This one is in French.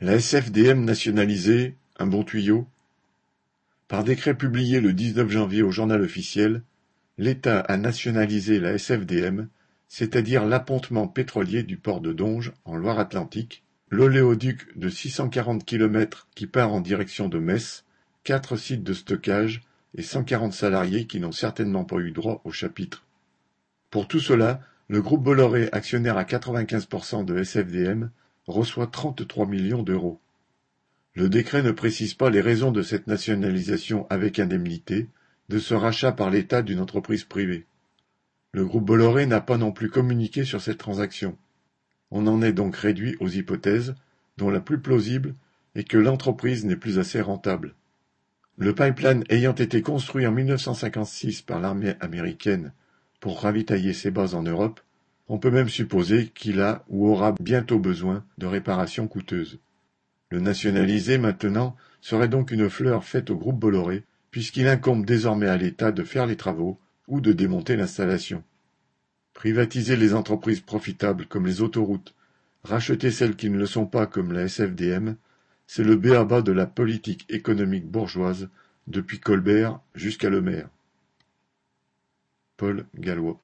La SFDM nationalisée, un bon tuyau? Par décret publié le 19 janvier au Journal officiel, l'État a nationalisé la SFDM, c'est-à-dire l'appontement pétrolier du port de Donges, en Loire-Atlantique, l'oléoduc de 640 km qui part en direction de Metz, 4 sites de stockage et 140 salariés qui n'ont certainement pas eu droit au chapitre. Pour tout cela, le groupe Bolloré, actionnaire à 95% de SFDM, reçoit 33 millions d'euros. Le décret ne précise pas les raisons de cette nationalisation avec indemnité, de ce rachat par l'État d'une entreprise privée. Le groupe Bolloré n'a pas non plus communiqué sur cette transaction. On en est donc réduit aux hypothèses, dont la plus plausible est que l'entreprise n'est plus assez rentable. Le pipeline ayant été construit en 1956 par l'armée américaine pour ravitailler ses bases en Europe, on peut même supposer qu'il a ou aura bientôt besoin de réparations coûteuses. Le nationaliser maintenant serait donc une fleur faite au groupe Bolloré, puisqu'il incombe désormais à l'État de faire les travaux ou de démonter l'installation. Privatiser les entreprises profitables comme les autoroutes, racheter celles qui ne le sont pas comme la SFDM, c'est le b.a-ba de la politique économique bourgeoise, depuis Colbert jusqu'à Le Maire. Paul Gallois.